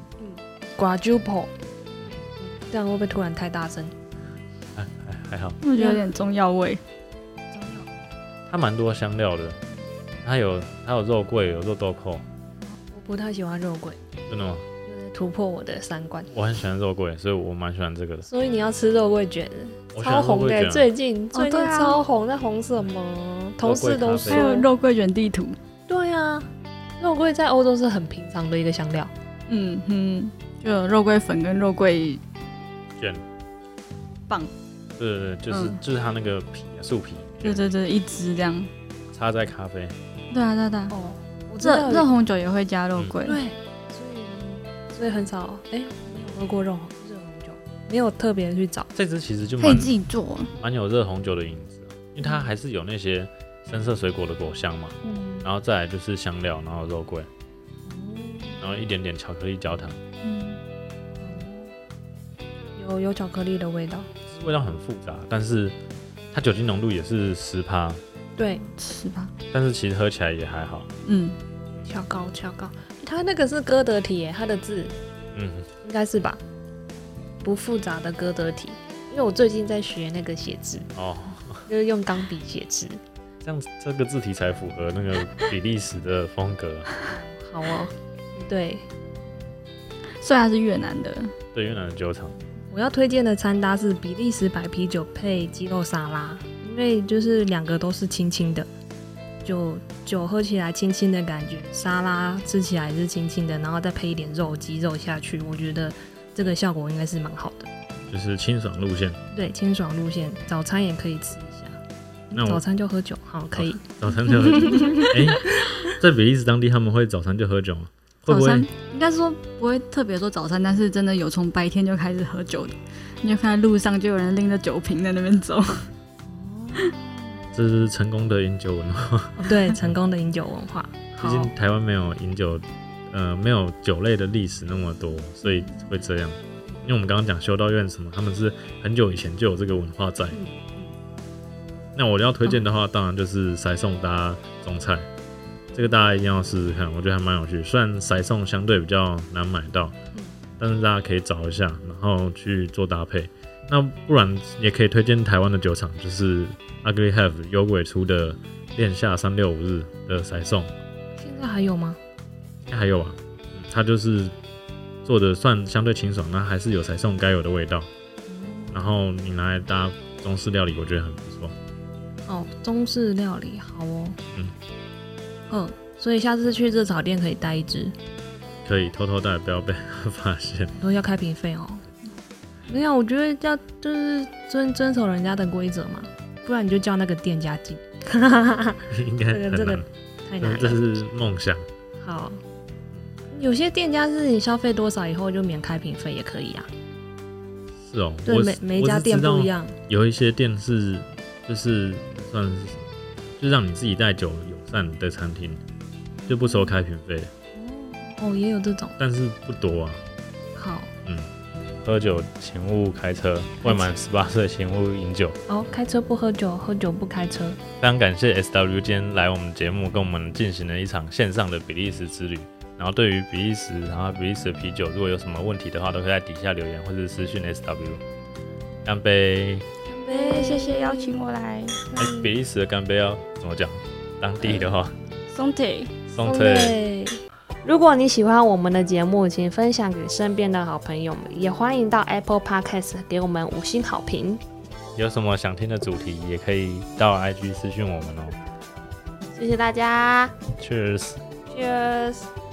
Quadruple， 这样会不会突然太大声？ 还好， 我觉得有点中药味。 中药， 它蛮多香料的，它有肉桂，有肉豆蔻。 我不太喜欢肉桂。 真的吗？ 就是突破我的三观。 我很喜欢肉桂，所以我蛮喜欢这个的。 所以你要吃肉桂卷，超红的，最近超红，在红什么？同事都说还有肉桂卷地图。 对啊，肉桂在欧洲是很平常的一个香料。 就有肉桂粉跟肉桂卷棒。 对，就是它那个皮树皮。 对，一支这样插在咖啡。 对啊。 哦，我知道热红酒也会加肉桂。 对，所以很少没有喝过热红酒，没有特别去找。 这支其实就可以自己做， 蛮有热红酒的影子，因为它还是有那些深色水果的果香嘛，然后再来就是香料，然后肉桂，然后一点点巧克力焦糖， 有巧克力的味道， 味道很复杂，但是它酒精浓度也是10%， 对 10%， 但是其实喝起来也还好， 超高，它那个是歌德体耶，它的字，应该是吧，不复杂的歌德体，因为我最近在学那个写字，就是用钢笔写字， 这样这个字体才符合那个比利时的风格。 好哦，对， 所以它是越南的， 对，越南的酒厂。 我要推荐的餐搭是比利时白啤酒配鸡肉沙拉，里所以就是两个都是轻轻的，就酒喝起来轻轻的感觉，沙拉吃起来是轻轻的，然后再配一点鸡肉下去，我觉得这个效果应该是蛮好的。 就是清爽路线。 对，清爽路线，早餐也可以吃一下。 那早餐就喝酒，好，可以。 早餐就喝酒。在比利时当地他们会早餐就喝酒吗？会不会？ 应该说不会特别说早餐，但是真的有从白天就开始喝酒的，你就看在路上就有人拎着酒瓶在那边走。 这是成功的饮酒文化。 对，成功的饮酒文化。 毕竟台湾没有饮酒，没有酒类的历史那么多，所以会这样。因为我们刚刚讲修道院什么，他们是很久以前就有这个文化在。那我要推荐的话，当然就是塞送搭中菜，这个大家一定要试试看，我觉得还蛮有趣。虽然塞送相对比较难买到，但是大家可以找一下，然后去做搭配。那不然也可以推荐台湾的酒厂，就是 Ugly Have 有鬼出的恋夏365日的塞送。 现在还有吗？ 应该还有吧，它就是做的算相对清爽，那还是有塞送该有的味道。然后你拿来搭中式料理，我觉得很不错。 哦，中式料理好哦。所以下次去热炒店可以带一支， 可以偷偷带，不要被发现。 都要开瓶费哦。没有，我觉得要就是遵守人家的规则嘛，不然你就叫那个店家进。 应该很难， 这个太难了， 这是梦想。 好，有些店家是你消费多少以后就免开瓶费也可以啊。 是哦， 对，每一家店不一样。 有一些店是就是算是就让你自己带酒友善的餐厅，就不收开瓶费。 哦，也有这种， 但是不多啊。 好， 喝酒请勿开车，未满18岁请勿饮酒。 哦，开车不喝酒，喝酒不开车。 非常感谢 SW 今天来我们节目，跟我们进行了一场线上的比利时之旅。然后对于比利时，然后比利时的啤酒，如果有什么问题的话，都可以在底下留言或者私讯 SW。干杯！ 干杯！谢谢邀请我来。 比利时的干杯要怎么讲？当地的话， 松腿。 松腿。 如果你喜欢我们的节目，请分享给身边的好朋友们，也欢迎到 Apple Podcast 给我们5星好评。 有什么想听的主题，也可以到 IG 私讯我们哦。 谢谢大家 Cheers。 Cheers。